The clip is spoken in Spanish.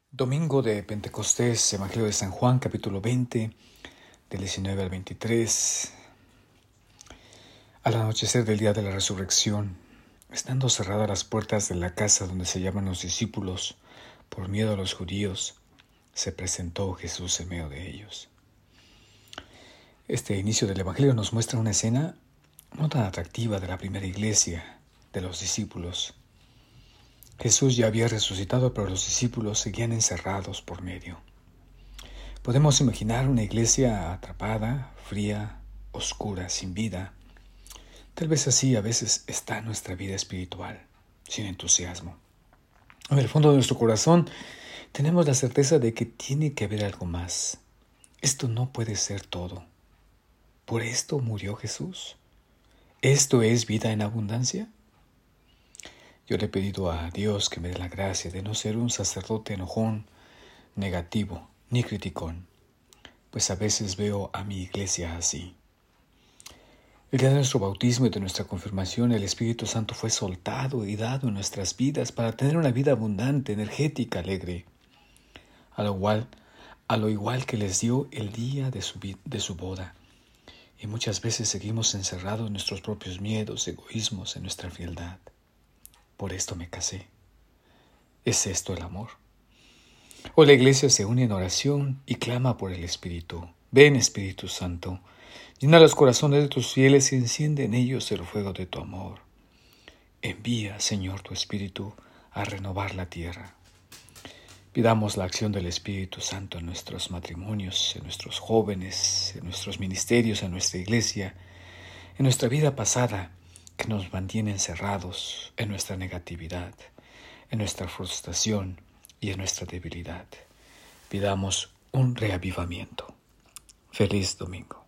Domingo de Pentecostés, Evangelio de San Juan, capítulo 20, del 19 al 23. Al anochecer del día de la resurrección, estando cerradas las puertas de la casa donde se llaman los discípulos, por miedo a los judíos, se presentó Jesús en medio de ellos. Este inicio del Evangelio nos muestra una escena no tan atractiva de la primera iglesia, de los discípulos. Jesús ya había resucitado, pero los discípulos seguían encerrados por medio. Podemos imaginar una iglesia atrapada, fría, oscura, sin vida. Tal vez así a veces está nuestra vida espiritual, sin entusiasmo. En el fondo de nuestro corazón tenemos la certeza de que tiene que haber algo más. Esto no puede ser todo. ¿Por esto murió Jesús? ¿Esto es vida en abundancia? Yo le he pedido a Dios que me dé la gracia de no ser un sacerdote enojón, negativo, ni criticón, pues a veces veo a mi iglesia así. El día de nuestro bautismo y de nuestra confirmación, el Espíritu Santo fue soltado y dado en nuestras vidas para tener una vida abundante, energética, alegre, a lo igual que les dio el día de su boda. Y muchas veces seguimos encerrados en nuestros propios miedos, egoísmos, en nuestra frialdad. Por esto me casé. ¿Es esto el amor? Hoy la iglesia se une en oración y clama por el Espíritu. Ven, Espíritu Santo, llena los corazones de tus fieles y enciende en ellos el fuego de tu amor. Envía, Señor, tu Espíritu a renovar la tierra. Pidamos la acción del Espíritu Santo en nuestros matrimonios, en nuestros jóvenes, en nuestros ministerios, en nuestra iglesia, en nuestra vida pasada, que nos mantiene encerrados en nuestra negatividad, en nuestra frustración y en nuestra debilidad. Pidamos un reavivamiento. Feliz domingo.